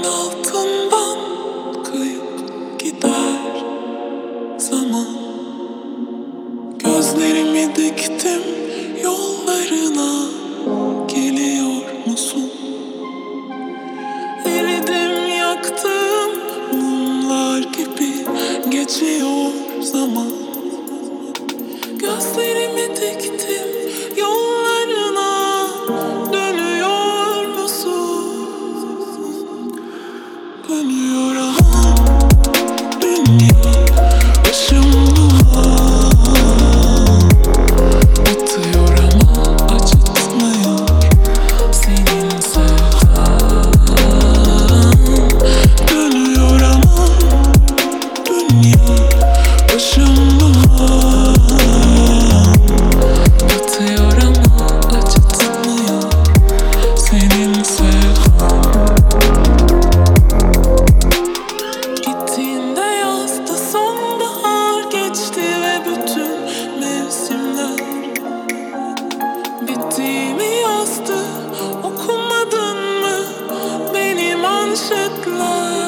altından kayıp gider zaman. Gözlerimi diktim yollarına, geliyor musun? Eridim yaktım mumlar gibi, geçiyor zaman. Gözlerimi diktim yollarına, dönüyor musun? Dönüyor ama dünya başımda, batıyor ama acıtmıyor senin sevdan. Dönüyor ama dünya başımda, batıyor ama acıtmıyor senin sevdan. Gittiğinde yazdı, sonbahar geçti ve bütün mevsimler bittiğimi yazdı. Okumadın mı benim manşetler?